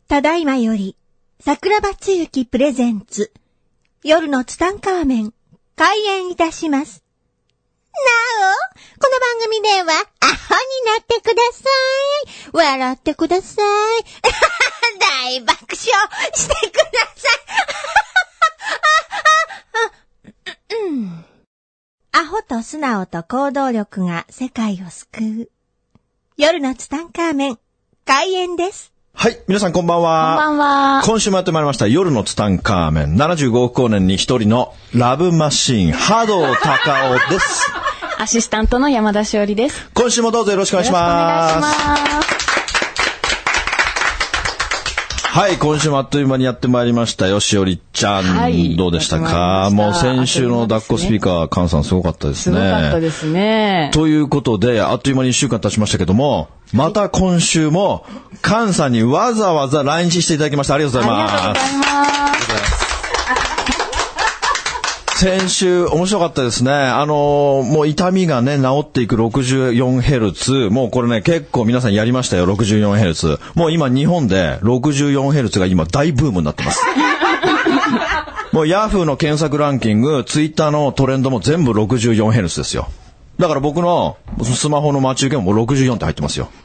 ただいまより、桜庭つゆきプレゼンツ、夜のツタンカーメン、開演いたします。なお、この番組では、アホになってください。笑ってください。大爆笑してください。アホと素直と行動力が世界を救う。夜のツタンカーメン、開演です。 はい。皆さんこんばんは。 こんばんは。 今週もやってまいりました。夜のツタンカーメン。75億光年に一人のラブマシーン、波動高尾です。 アシスタントの山田しおりです。 今週もどうぞよろしくお願いします。 よろしくお願いします。 はい。今週もあっという間にやってまいりましたよ。しおりちゃん、はい、どうでしたか？もう先週の抱っこスピーカー、菅さんすごかったですね。 すごかったですね。 ということで、あっという間に1週間経ちましたけども、また今週も菅さんにわざわざ来日していただきました。ありがとうございます。 ありがとうございます。 先週面白かったですね。もう痛みがね治っていく 64Hz、もうこれね結構皆さんやりましたよ。 64Hz、 もう今日本で 64Hz が今大ブームになってます。もうヤフーの検索ランキング、ツイッターのトレンドも全部 64Hz ですよ。だから僕のスマホの待ち受けももう64って入ってますよ。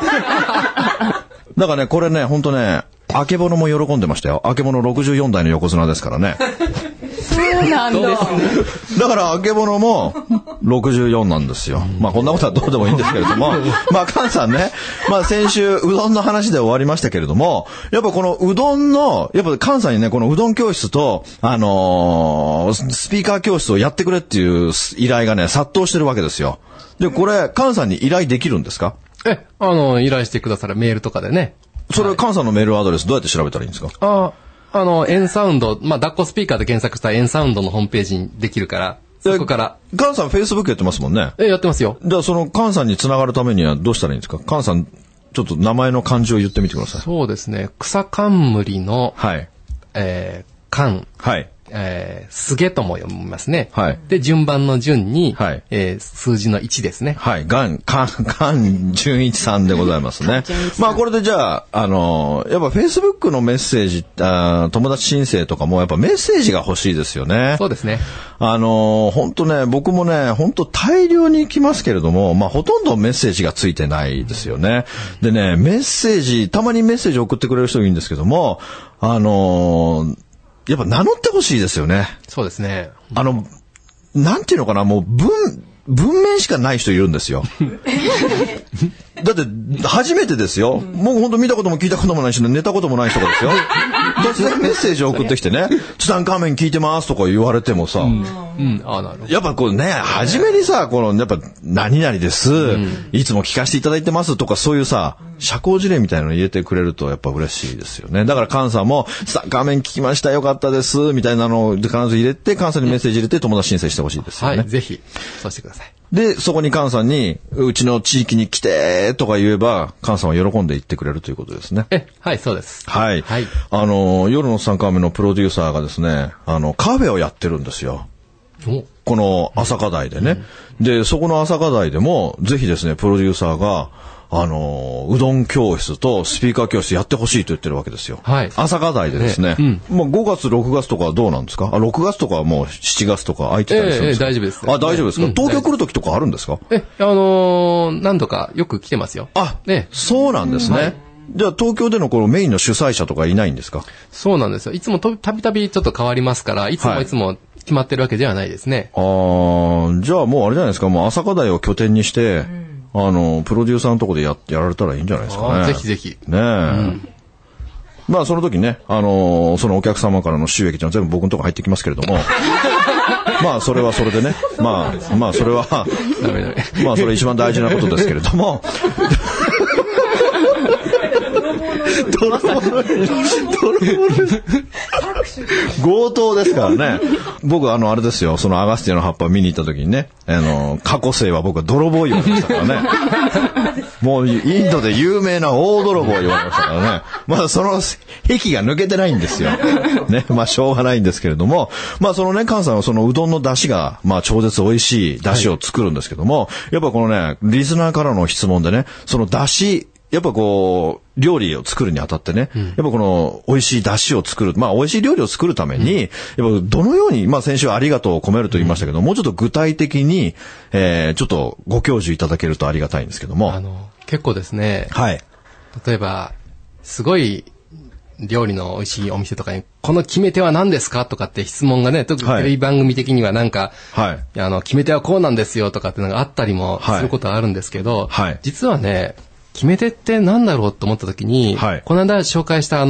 だからねこれね本当ね、あけぼのも喜んでましたよ。あけぼの64代の横綱ですからね。 そうなんだ。 だからあけぼのも64なんですよ。まあこんなことはどうでもいいんですけれども、まあ菅さんね、まあ先週うどんの話で終わりましたけれども、やっぱこのうどんの、やっぱ菅さんにねこのうどん教室とスピーカー教室をやってくれっていう依頼がね殺到してるわけですよ。でこれ菅さんに依頼できるんですか？ 依頼してくださるメールとかでね。 それ菅さんのメールアドレスどうやって調べたらいいんですか？ エンサウンド、抱っこスピーカーで検索したらエンサウンドのホームページにできるから、そこから。 菅さん、フェイスブックやってますもんね。 やってますよ。 じゃあ、その菅さんに繋がるためにはどうしたらいいんですか？菅さん、ちょっと名前の漢字を言ってみてください。 そうですね。草冠の、 はい。 冠。 はい。 すげとも読みますね。 はい。 で、順番の順に、 はい。 数字の1ですね。 はい。菅純一さんでございますね。まあこれでじゃあ、やっぱ Facebook のメッセージ、友達申請とかもやっぱメッセージが欲しいですよね。 そうですね。 本当ね、僕もね、本当大量に来ますけれども、まあほとんどメッセージがついてないですよね。でね、メッセージ、たまにメッセージ送ってくれる人いるんですけども、やっぱ名乗ってほしいですよね。 そうですね。 なんていうのかな、もう文面しかない人いるんですよ。だって初めてですよ。もう本当見たことも聞いたこともないし、寝たこともない人がですよ。突然メッセージを送ってきてね、ツタンカーメン聞いてますとか言われてもさ、 なるほど。 やっぱこうね、初めにさ、やっぱ何々です、いつも聞かせていただいてますとか、そういうさ、社交辞令みたいなの入れてくれるとやっぱ嬉しいですよね。だから菅さんもツタンカーメン聞きました、よかったですみたいなのを必ず入れて、菅さんにメッセージ入れて友達申請してほしいですよね。 はい、ぜひそうしてください。 で、そこに菅さんに、うちの地域に来てとか言えば、菅さんは喜んで言ってくれるということですね。 はい、そうです。 はい。 はい。 夜のツタンカーメンのプロデューサーがですね、カフェをやってるんですよ。この朝課題でね。で、そこの朝課題でも、ぜひですね、プロデューサーが、うどん教室とスピーカー教室やってほしいと言ってるわけですよ。はい。朝課題でですね。まあ5月、6月とかはどうなんですか？6月とかはもう7月とか空いてたりするんですか？ 大丈夫です。 大丈夫ですか？東京来るときとかあるんですか？ 何度かよく来てますよ。 そうなんですね。じゃあ東京でのこのメインの主催者とかいないんですか？ そうなんですよ。いつもたびたびちょっと変わりますから、いつも決まってるわけではないですね。 じゃあもうあれじゃないですか、もう朝課題を拠点にして、プロデューサーのとこでやられたらいいんじゃないですかね。 ぜひぜひ。 ねえ。まあその時ね、そのお客様からの収益ってのは全部僕のとこ入ってきますけれども、まあそれはそれでね、まあそれは、まあそれ一番大事なことですけれども、強盗ですからね。僕あれですよ、そのアガスティアの葉っぱ見に行った時にね、過去生は僕は泥棒言われましたからね。もうインドで有名な大泥棒言われましたからね。まあその癖が抜けてないんですよ。ね、まあしょうがないんですけれども、まあそのね、菅さんはそのうどんの出汁がまあ超絶美味しい出汁を作るんですけども、やっぱこのね、リスナーからの質問でね、その出汁やっぱこう料理を作るにあたってね、やっぱこの美味しい出汁を作る、まあ美味しい料理を作るために、やっぱどのように、まあ先週ありがとうを込めると言いましたけど、もうちょっと具体的に、ちょっとご教授いただけるとありがたいんですけども。 結構ですね、 はい。 例えば、すごい料理の美味しいお店とかに、この決め手は何ですかとかって質問がね、特にテレビ番組的にはなんか、はい、決め手はこうなんですよとかってのがあったりもすることはあるんですけど、はい、実はね、決め手って何だろうと思った時に、はい、この間紹介した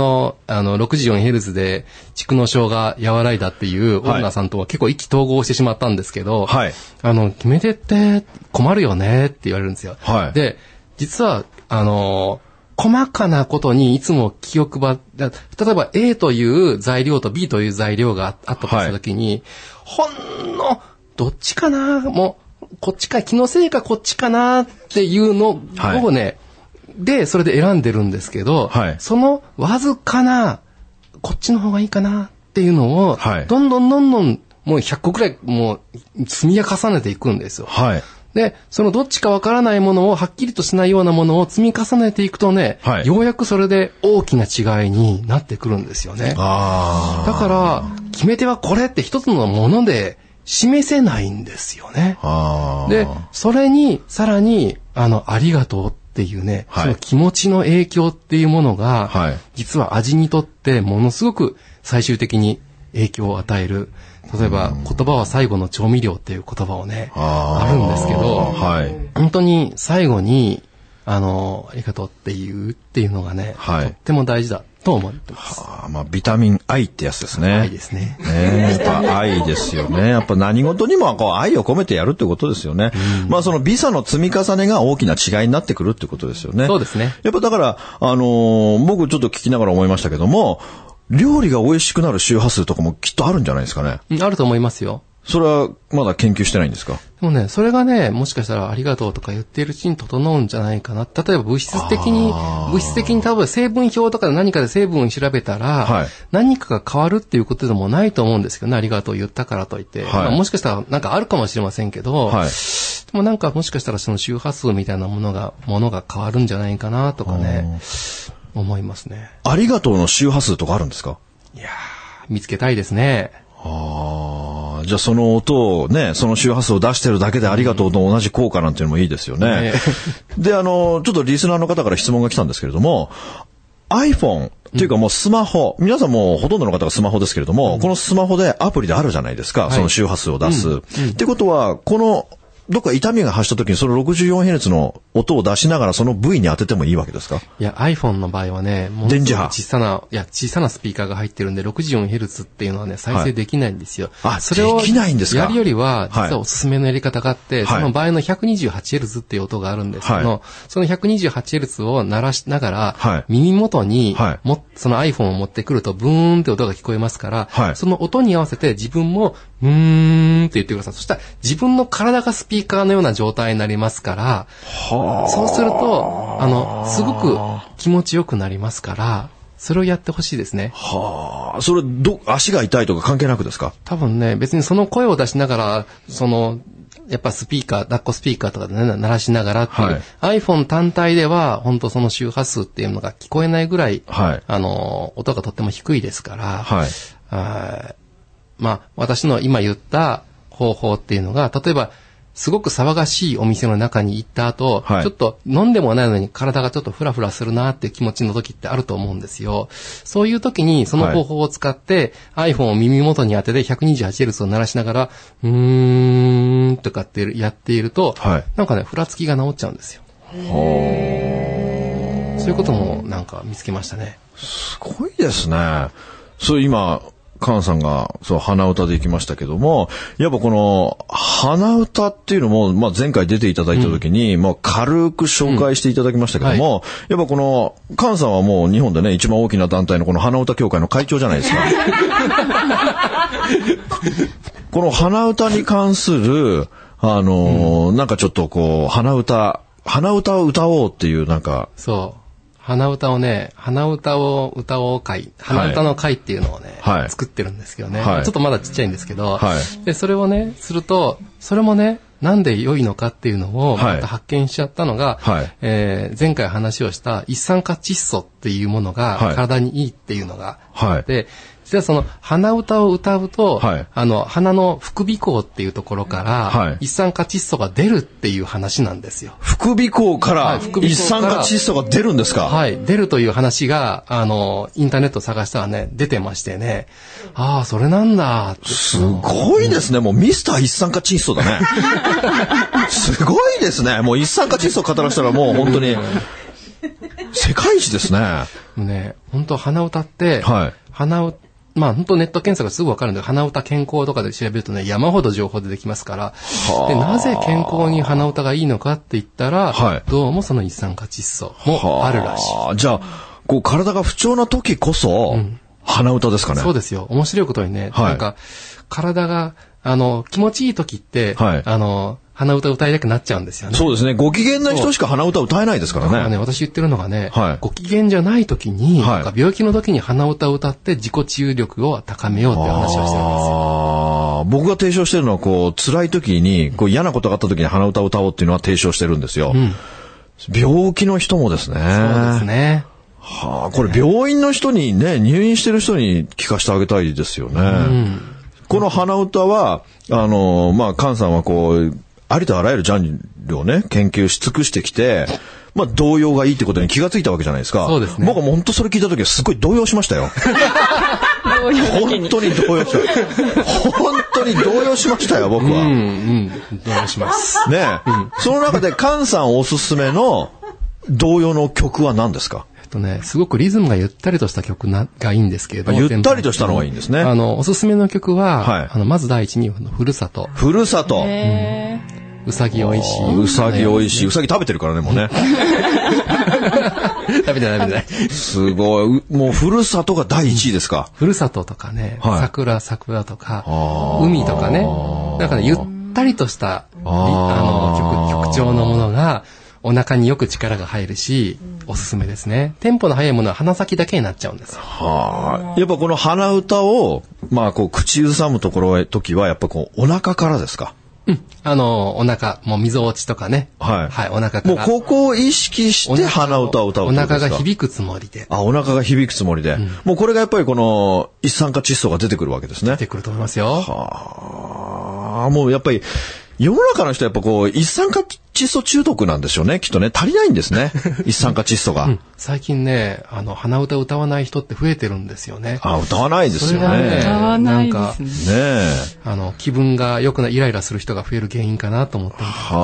64Hz で蓄膿症が和らいだっていうオルナさんとは結構意気投合してしまったんですけど、はい、決め手って困るよねって言われるんですよ。はい、で、実は、細かなことにいつも気を配って、例えば A という材料と B という材料があったとしたときに、はい、ほんの、どっちかなもう、こっちか、気のせいかこっちかなっていうのをね、はい、で、それで選んでるんですけど、はい、そのわずかな、こっちの方がいいかなっていうのを、はい、どんどん、もう100個くらい、もう、積み重ねていくんですよ。はい。で、そのどっちかわからないものを、はっきりとしないようなものを積み重ねていくとね、はい、ようやくそれで大きな違いになってくるんですよね。だから、決め手はこれって一つのもので示せないんですよね。で、それに、さらに、ありがとうっていうね、はい、その気持ちの影響っていうものが、はい、実は味にとってものすごく最終的に影響を与える。例えば、言葉は最後の調味料っていう言葉をね、あるんですけど、はい、本当に最後に、ありがとうっていうのがね、はい、とっても大事だと思ってます。 まあ、ビタミン愛ってやつですね。 愛ですね。 やっぱ愛ですよね。やっぱ何事にもこう愛を込めてやるってことですよね。まあ、その美差の積み重ねが大きな違いになってくるってことですよね。 そうですね。 やっぱだから、僕ちょっと聞きながら思いましたけども、料理が美味しくなる周波数とかもきっとあるんじゃないですかね。 あると思いますよ。 それはまだ研究してないんですか？ でもね、それがね、もしかしたらありがとうとか言っているうちに整うんじゃないかな。例えば物質的に例えば成分表とか何かで成分を調べたら、はい、何かが変わるっていうことでもないと思うんですけどね、ありがとう言ったからといって。はい、まあ、もしかしたらなんかあるかもしれませんけど、はい、でもなんかもしかしたらその周波数みたいなものが変わるんじゃないかなとかね、思いますね。 ありがとうの周波数とかあるんですか？ いやー、見つけたいですね。 じゃあその音をね、その周波数を出してるだけでありがとうと同じ効果なんていうのもいいですよね。で、ちょっとリスナーの方から質問が来たんですけれども、iPhone っていうかもうスマホ、皆さんもほとんどの方がスマホですけれども、このスマホでアプリであるじゃないですか、その周波数を出す。ってことは、このどっか痛みが発した時にその 64Hz の音を出しながらその部位に当ててもいいわけですか？ いや、iPhone の場合はね、もう小さなスピーカーが入ってるんで 64Hz っていうのはね、再生できないんですよ。 はい、それをできないんですか？ やるよりは、実はおすすめのやり方があって、はい、その場合の 128Hz っていう音があるんですけど、はい、その 128Hz を鳴らしながら、はい、耳元に、はい、その iPhone を持ってくるとブーンって音が聞こえますから、はい、その音に合わせて自分もって言ってください。そしたら自分の体がスピーカーのような状態になりますから、そうすると、すごく気持ちよくなりますから、それをやってほしいですね。 それ、足が痛いとか関係なくですか？ 多分ね、別にその声を出しながら、やっぱスピーカー、抱っこスピーカーとかでね、鳴らしながらっていう、はい、iPhone 単体では、本当その周波数っていうのが聞こえないぐらい、はい、音がとっても低いですから、はい、まあ、私の今言った方法っていうのが、例えば、すごく騒がしいお店の中に行った後、はい、ちょっと飲んでもないのに体がちょっとフラフラするなっていう気持ちの時ってあると思うんですよ。そういう時にその方法を使って、はい、iPhone を耳元に当てて 128Hz を鳴らしながら、とかってやっていると、はい、なんかね、ふらつきが治っちゃうんですよ。そういうこともなんか見つけましたね。 すごいですね。そう今、カンさんが鼻歌で行きましたけども、やっぱこの鼻歌っていうのも、まあ、前回出ていただいた時に、まあ、軽く紹介していただきましたけども、はい、やっぱこのカンさんはもう日本でね一番大きな団体のこの鼻歌協会の会長じゃないですか。この鼻歌に関するなんかちょっとこう鼻歌を歌おうっていうなんか鼻歌をね、鼻歌を歌おう会、鼻歌の会っていうのをね、はい、作ってるんですけどね、はい、ちょっとまだちっちゃいんですけど、はい、で、それをね、すると、 それもね、なんで良いのかっていうのをまた発見しちゃったのが、前回話をした一酸化窒素っていうものが体にいいっていうのがあって、実はその鼻歌を歌うと、鼻の副鼻孔っていうところから、一酸化窒素が出るっていう話なんですよ。 副鼻孔から一酸化窒素が出るんですか？ はい、出るという話が、インターネット探したらね、出てましてね、ああ、それなんだって。 すごいですね。もうミスター一酸化窒素だね。すごいですね。もう一酸化窒素語らせたらもう本当に、世界一ですね。 もうね、本当鼻歌って、まあ本当ネット検索すぐわかるんで、鼻歌健康とかで調べるとね、山ほど情報出てきますから、で、なぜ健康に鼻歌がいいのかって言ったら、どうもその一酸化窒素もあるらしい。 じゃあ、こう体が不調な時こそ、鼻歌ですかね。 そうですよ。面白いことにね、なんか、体が、気持ちいい時って、鼻歌歌いたくなっちゃうんですよね。 そうですね。ご機嫌な人しか鼻歌歌えないですからね。 私言ってるのがね、ご機嫌じゃない時に、病気の時に鼻歌を歌って自己治癒力を高めようっていう話をしてるんですよ。 僕が提唱してるのは、こう、辛い時に、こう嫌なことがあった時に鼻歌を歌おうっていうのは提唱してるんですよ。病気の人もですね。 そうですね。 これ病院の人にね、入院してる人に聞かせてあげたいですよね。この鼻歌は、まあ、菅さんはこう、ありとあらゆるジャンルをね、研究し尽くしてきて、まあ、動揺がいいってことに気がついたわけじゃないですか。 そうですね。 僕はもう本当それ聞いた時はすごい動揺しましたよ。本当に動揺した。本当に動揺しましたよ、僕は。 動揺します。 ねえ。その中で菅さんおすすめの童謡の曲は何ですか？ すごくリズムがゆったりとした曲がいいんですけれども。 ゆったりとしたのがいいんですね。 おすすめの曲は、まず第一に、ふるさと。 ふるさと。 うさぎおいしい。 うさぎおいしい。うさぎ食べてるからね、もうね。 食べてない。 すごい。もうふるさとが第一位ですか。 ふるさととかね、桜とか、海とかね。なんかね、ゆったりとした、曲調のものが、お腹によく力が入るし、おすすめですね。テンポの速いものは鼻先だけになっちゃうんですよ。 やっぱこの鼻歌を、まあこう口ずさむ時は、やっぱこうお腹からですか？ お腹、もう溝落ちとかね。お腹から。 もうここを意識して鼻歌を歌うってことですか？ お腹が響くつもりで。 お腹が響くつもりで。もうこれがやっぱりこの一酸化窒素が出てくるわけですね。 出てくると思いますよ。 もうやっぱり、世の中の人はやっぱこう、一酸化窒素中毒なんでしょうね。きっとね、足りないんですね。一酸化窒素が。 最近ね、鼻歌歌わない人って増えてるんですよね。 歌わないですよね。 歌わないですね。 気分が良くない、イライラする人が増える原因かなと思ってるんです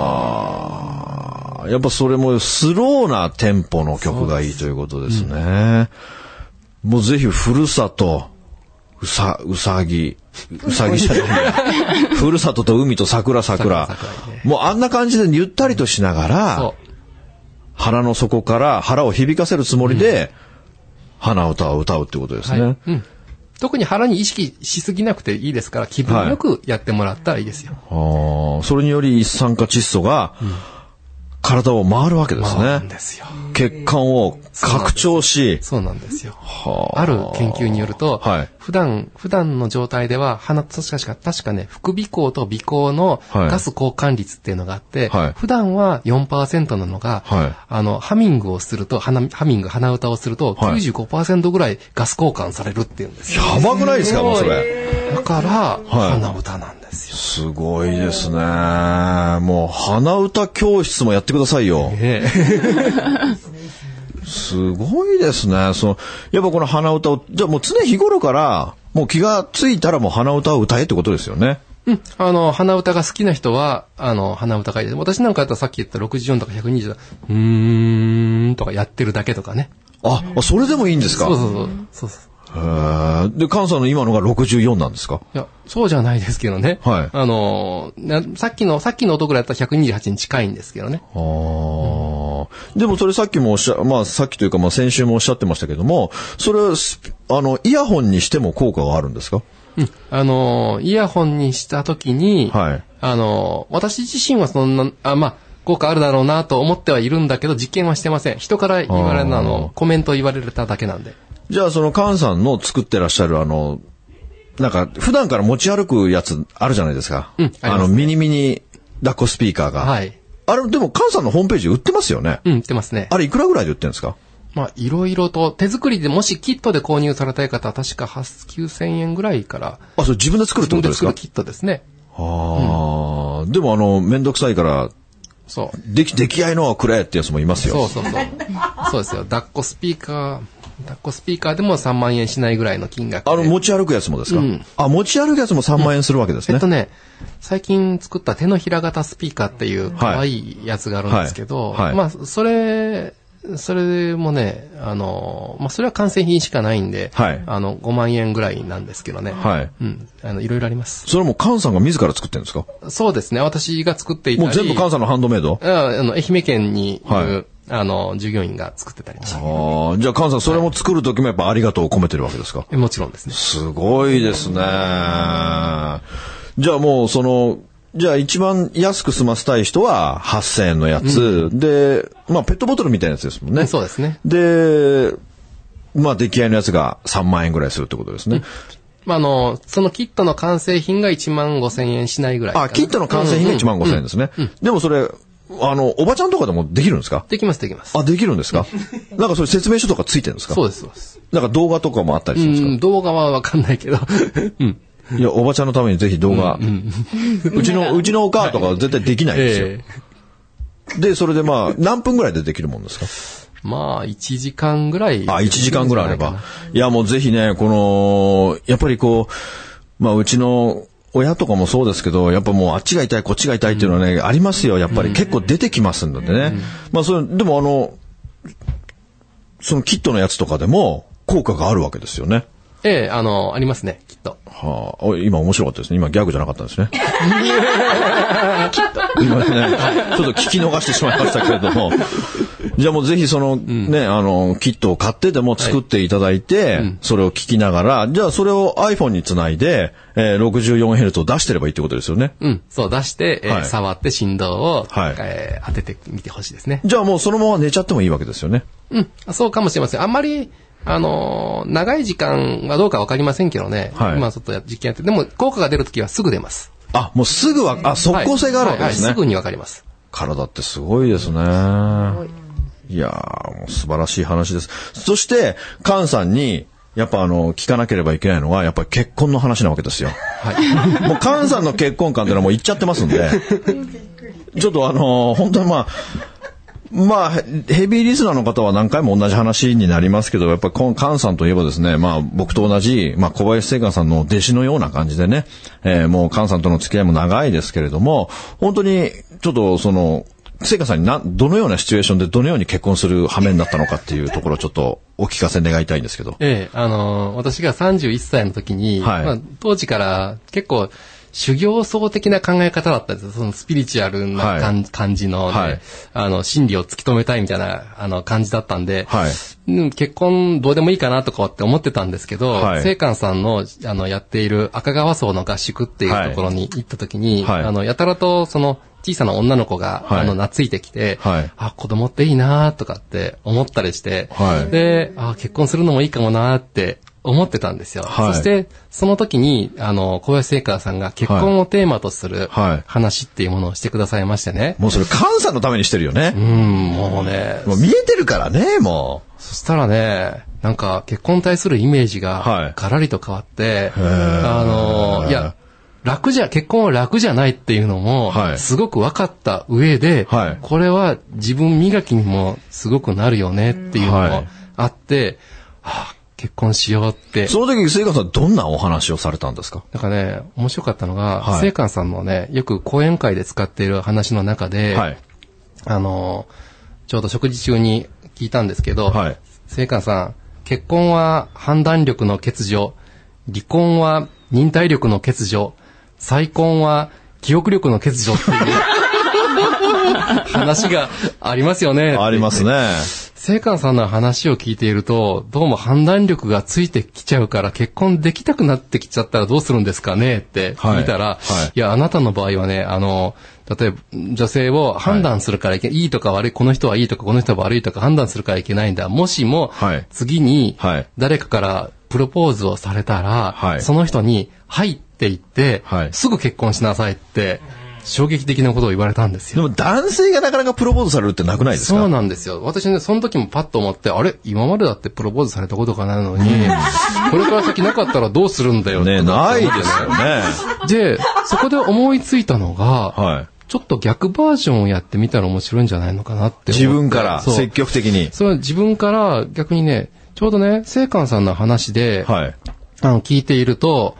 やっぱそれもスローなテンポの曲がいいということですね。もうぜひ、ふるさと、うさぎじゃない。ふるさとと海と桜。もうあんな感じでゆったりとしながら、腹の底から腹を響かせるつもりで、鼻歌を歌うってことですね。 特に腹に意識しすぎなくていいですから、気分よくやってもらったらいいですよ。 それにより一酸化窒素が、体を回るわけですね。 そうなんですよ。 血管を拡張し。 そうなんですよ。ある研究によると、普段の状態では確かね、副鼻孔と鼻孔のガス交換率っていうのがあって、普段は 4% なのが、ハミングをすると、鼻歌をすると 95% ぐらいガス交換されるっていうんですよ。 やばくないですか、もうそれ。 だから、鼻歌なんですよ。 すごいですね。もう、鼻歌教室もやってくださいよ。すごいですね。やっぱこの鼻歌を、じゃあもう常日頃から、もう気がついたらもう鼻歌を歌えってことですよね。 鼻歌が好きな人は、鼻歌がいいです。私なんかやったらさっき言った64とか120とかやってるだけとかね。 それでもいいんですか？ そう。 で、菅さんの今のが64なんですか？ いや、そうじゃないですけどね。さっきの音ぐらいだったら128に近いんですけどね。 でもそれさっきもさっきというか先週もおっしゃってましたけども、それは、イヤホンにしても効果があるんですか？ イヤホンにしたときに、私自身はそんな、効果あるだろうなと思ってはいるんだけど、実験はしてません。人から言われるコメントを言われただけなんで。 じゃあ菅さんの作ってらっしゃるなんか、普段から持ち歩くやつあるじゃないですか。 うん。 ミニ抱っこスピーカーが。 はい。 あれ、でも、菅さんのホームページ売ってますよね。 うん、売ってますね。 あれ、いくらぐらいで売ってるんですか？ まあ、いろいろと、手作りでもしキットで購入されたい方は、確か9000円ぐらいから。 あ、それ自分で作るってことですか？ 自分で作るキットですね。 ああ、でもめんどくさいから、 そう。 出来合いのはくれってやつもいますよ。 そう。そうですよ。抱っこスピーカーでも3万円しないぐらいの金額で。 持ち歩くやつもですか？持ち歩くやつも3万円するわけですね。 最近作った手のひら型スピーカーっていう可愛いやつがあるんですけど、まあ、それもね、まあ、それは完成品しかないんで、5万円ぐらいなんですけどね。いろいろあります。 それも菅さんが自ら作ってるんですか？ そうですね。私が作っていたり。 もう全部菅さんのハンドメイド？ 愛媛県にいる、従業員が作ってたりもして。 じゃあ菅さんそれも作るときもやっぱありがとうを込めてるわけですか？ もちろんですね。 すごいですね。じゃあもうじゃあ一番安く済ませたい人は8000円のやつ、で、まあペットボトルみたいなやつですもんね。 そうですね。 で、まあ出来合いのやつが3万円ぐらいするってことですね。 まあそのキットの完成品が1万5千円しないぐらいかな。 キットの完成品が1万5千円ですね。でもそれ、おばちゃんとかでもできるんですか？ できます。できるんですか？なんかそれ説明書とかついてるんですか？ そうです。 なんか動画とかもあったりするんですか？ 動画はわかんないけど。 いや、おばちゃんのためにぜひ動画。うちのお母とかは絶対できないんですよ。で、それでまあ、何分ぐらいでできるもんですか？ まあ、1時間ぐらい。 1時間ぐらいあれば。いや、もうぜひね、やっぱりまあ、うちの親とかもそうですけど、やっぱもうあっちが痛い、こっちが痛いっていうのはね、ありますよ。やっぱり結構出てきますのでね。まあ、でもそのキットのやつとかでも効果があるわけですよね。 ありますね、きっと。 今面白かったですね。今ギャグじゃなかったんですね。今ね、ちょっと聞き逃してしまいましたけれども。じゃあもうぜひキットを買ってでも作っていただいて、それを聞きながら、じゃあそれを iPhone につないで、64Hz を出してればいいってことですよね。 そう、出して、触って振動を、当ててみてほしいですね。 じゃあもうそのまま寝ちゃってもいいわけですよね。 そうかもしれません。あんまり、長い時間はどうかわかりませんけどね。今ちょっと実験やって、でも効果が出るときはすぐ出ます。 もうすぐ即効性があるわけですね。 すぐにわかります。 体ってすごいですね。いやー、もう素晴らしい話です。そして、菅さんに、やっぱ聞かなければいけないのは、やっぱり結婚の話なわけですよ。もう菅さんの結婚観っていうのはもう言っちゃってますんで、ちょっと本当にまあ、ヘビーリスナーの方は何回も同じ話になりますけど、やっぱり菅さんといえばですね、まあ僕と同じ、まあ小林聖寛さんの弟子のような感じでね、もう菅さんとの付き合いも長いですけれども、本当にちょっと聖寛さんにどのようなシチュエーションでどのように結婚する羽目になったのかっていうところをちょっとお聞かせ願いたいんですけど。 私が31歳の時に、当時から結構、修行僧的な考え方だったんですよ。そのスピリチュアルな感じのね、真理を突き止めたいみたいな、感じだったんで、結婚どうでもいいかなとかって思ってたんですけど、聖寛さんの、やっている赤川荘の合宿っていうところに行った時に、やたらと小さな女の子が、懐いてきて、子供っていいなとかって思ったりして、で、結婚するのもいいかもなって思ってたんですよ。そして、その時に、小林聖寛さんが結婚をテーマとする話っていうものをしてくださいましてね。 もうそれ、菅さんのためにしてるよね。 もうね。 もう見えてるからね、もう。 そしたらね、なんか結婚に対するイメージがガラリと変わって、いや、結婚は楽じゃないっていうのも、すごく分かった上で、これは自分磨きにもすごくなるよねっていうのもあって、結婚しようって。 その時、聖寛さんどんなお話をされたんですか？ なんかね、面白かったのが、聖寛さんのね、よく講演会で使っている話の中で、ちょうど食事中に聞いたんですけど、聖寛さん、結婚は判断力の欠如、離婚は忍耐力の欠如、再婚は記憶力の欠如っていう話がありますよね。 ありますね。 聖寛さんの話を聞いていると、どうも判断力がついてきちゃうから結婚できなくなってきちゃったらどうするんですかねって聞いたら、いや、あなたの場合はね、 例えば女性を判断するからいけない、いいとか悪い、この人はいいとかこの人は悪いとか判断するからいけないんだ。もしも、次に誰かからプロポーズをされたら、その人に、はいって言って、すぐ結婚しなさいって、衝撃的なことを言われたんですよ。 でも男性がなかなかプロポーズされるってなくないですか？ そうなんですよ。私ね、その時もパッと思って、あれ今までだってプロポーズされたことがないのに、これから先なかったらどうするんだよね。ないですよね。 で、そこで思いついたのが、ちょっと逆バージョンをやってみたら面白いんじゃないのかなって。 自分から積極的に。 そう、自分から逆にね、ちょうどね、聖寛さんの話で、聞いていると、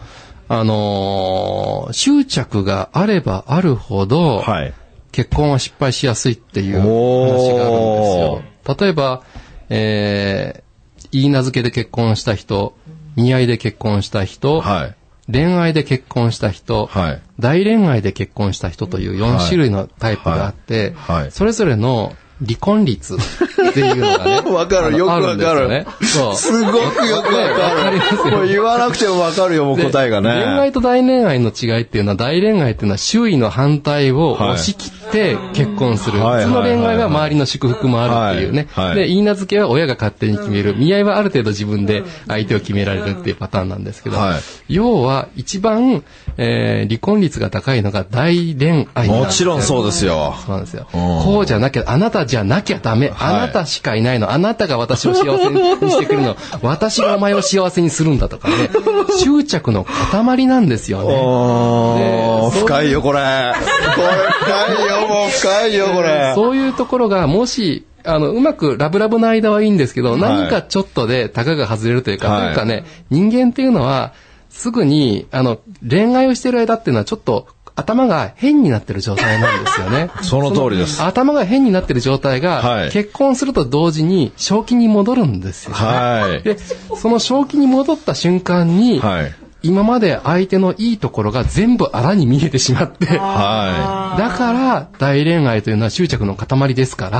執着があればあるほど、結婚は失敗しやすいっていう話があるんですよ。例えば、言い名付けで結婚した人、見合いで結婚した人、恋愛で結婚した人、大恋愛で結婚した人という4種類のタイプがあって、それぞれの離婚率っていうのがね。 わかる、よくわかる。ね、そう。すごくよくわかる。もう言わなくてもわかるよ、もう答えがね。 恋愛と大恋愛の違いっていうのは、大恋愛っていうのは周囲の反対を押し切って結婚する。普通の恋愛は周りの祝福もあるっていうね。で、言い名付けは親が勝手に決める。見合いはある程度自分で相手を決められるっていうパターンなんですけど、要は一番、離婚率が高いのが大恋愛なんですよ。 もちろんそうですよ。 そうなんですよ。こうじゃなきゃ、あなたじゃなきゃダメ。あなたしかいないの。あなたが私を幸せにしてくれるの。私がお前を幸せにするんだとかね。執着の塊なんですよね。 深いよ、これ。これ深いよ、もう深いよ、これ。 そういうところが、もし、うまくラブラブの間はいいんですけど、何かちょっとでタガが外れるというか、というかね、人間っていうのは、すぐに、恋愛をしている間っていうのはちょっと、頭が変になってる状態なんですよね。 その通りです。 頭が変になってる状態が、結婚すると同時に正気に戻るんですよね。で、その正気に戻った瞬間に、今まで相手のいいところが全部あらに見えてしまって、だから大恋愛というのは執着の塊ですから、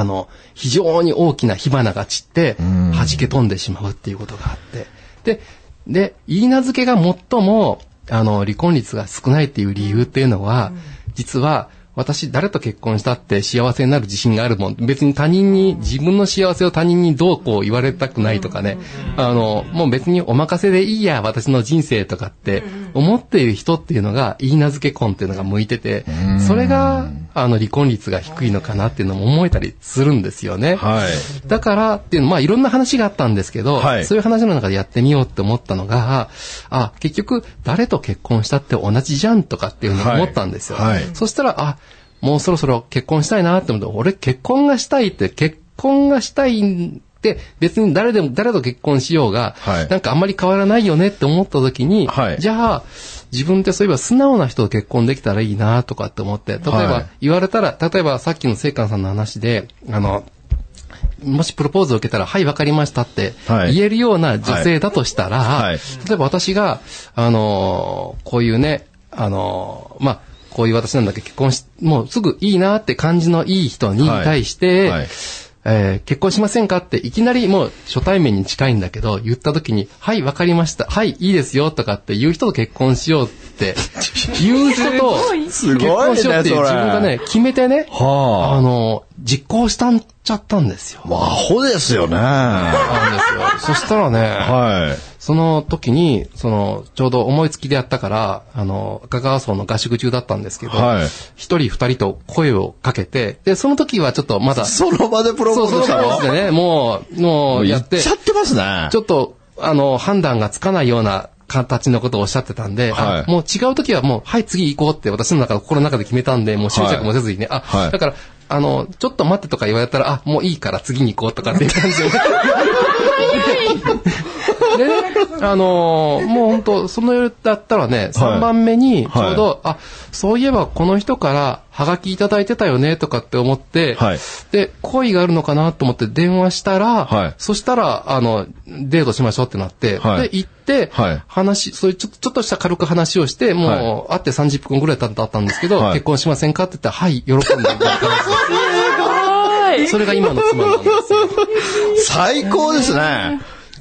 非常に大きな火花が散って、弾け飛んでしまうっていうことがあって、で、言い名付けが最も、離婚率が少ないっていう理由っていうのは、実は、私誰と結婚したって幸せになる自信があるもん。別に他人に、自分の幸せを他人にどうこう言われたくないとかね。もう別にお任せでいいや、私の人生とかって思っている人っていうのが、言い名付け婚っていうのが向いてて、それが、離婚率が低いのかなっていうのも思えたりするんですよね。だからっていうの、いろんな話があったんですけど、そういう話の中でやってみようって思ったのが、結局誰と結婚したって同じじゃんとかっていうのを思ったんですよ。そしたら、もうそろそろ結婚したいなって思って、俺結婚がしたいって別に誰と結婚しようが、なんかあんまり変わらないよねって思った時に、じゃあ、自分ってそういえば素直な人と結婚できたらいいなとかって思って、例えば言われたら、例えばさっきの聖寛さんの話で、もしプロポーズを受けたら、はい、わかりましたって言えるような女性だとしたら、例えば私が、こういうね、こういう私なんだけど結婚し、もうすぐいいなって感じのいい人に対して、結婚しませんかっていきなりもう初対面に近いんだけど言った時に、はい、わかりました。はい、いいですよとかって言う人と結婚しようって言う人と結婚しようっていう自分がね、決めてね、実行しちゃったんですよ。 アホですよね。 なんですよ。そしたらね、その時に、ちょうど思いつきでやったから、赤川荘の合宿中だったんですけど、一人二人と声をかけて、で、その時はちょっとまだ。 その場でプロポーズしたの？ そうですね。もうやって。 やっちゃってますね。 ちょっと、判断がつかないような形のことをおっしゃってたんで、もう違う時はもう、はい、次行こうって私の心の中で決めたんで、もう執着もせずにね、だから、ちょっと待ってとか言われたら、もういいから次に行こうとかっていう感じで。でね、もう本当その夜だったらね、3番目にちょうど、そういえばこの人からハガキいただいてたよねとかって思って、で、恋があるのかなと思って電話したら、そしたら、デートしましょうってなって、で、行って、そういうちょっとした軽く話をして、もう、会って30分ぐらい経ったんですけど、結婚しませんかって言ったら、はい、喜んでみたいな感じで。それが今の妻なんですよ。 最高ですね。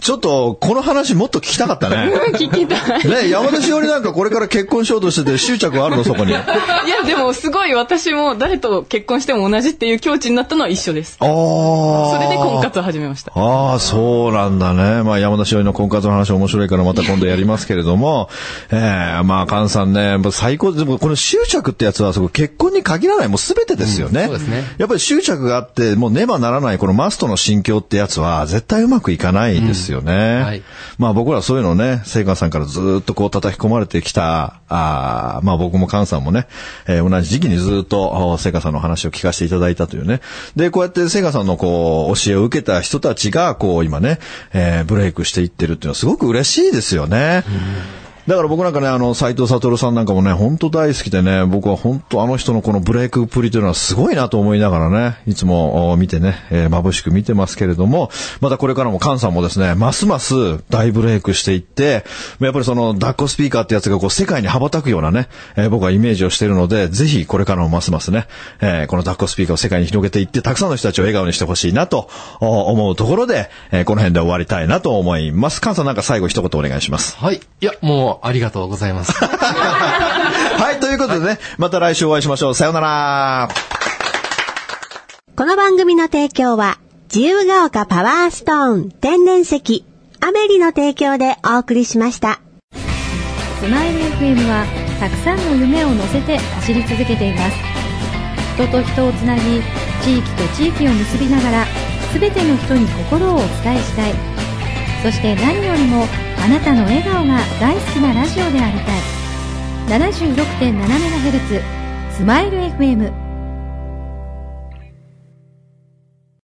ちょっと、この話もっと聞きたかったね。 聞きたい。 ね、山田しおりなんかこれから結婚しようとしてて執着あるのそこに。いや、 でもすごい私も誰と結婚しても同じっていう境地になったのは一緒です。それで婚活を始めました。 ああ、そうなんだね。まあ山田しおりの婚活の話面白いからまた今度やりますけれども、まあ菅さんね、最高でもこの執着ってやつは結婚に限らないもう全てですよね。 そうですね。 やっぱり執着があってもうねばならないこのマストの心境ってやつは絶対うまくいかないですよね。はい、まあ僕らそういうのをね、聖寛さんからずっとこう叩き込まれてきた、まあ僕も菅さんもね、同じ時期にずっと聖寛さんの話を聞かせていただいたというね。で、こうやって聖寛さんのこう教えを受けた人たちがこう今ね、ブレイクしていってるっていうのはすごく嬉しいですよね。だから僕なんかね、斉藤悟さんなんかもね、本当大好きでね、僕は本当あの人のこのブレイクっぷりというのはすごいなと思いながらね、いつも見てね、眩しく見てますけれども、またこれからも菅さんもですね、ますます大ブレイクしていって、やっぱりその抱っこスピーカーってやつがこう世界に羽ばたくようなね、僕はイメージをしているので、ぜひこれからもますますね、この抱っこスピーカーを世界に広げていって、たくさんの人たちを笑顔にしてほしいなと思うところで、この辺で終わりたいなと思います。菅さんなんか最後一言お願いします。 はい。いや、もうありがとうございます。 はい、ということでね、また来週お会いしましょう。さようなら。 この番組の提供は、自由が丘パワーストーン天然石、アメリの提供でお送りしました。 スマイル FM は、たくさんの夢を乗せて走り続けています。人と人をつなぎ、地域と地域を結びながら、すべての人に心をお伝えしたい。そして何よりも、あなたの笑顔が大好きなラジオでありたい。76.7MHz スマイル FM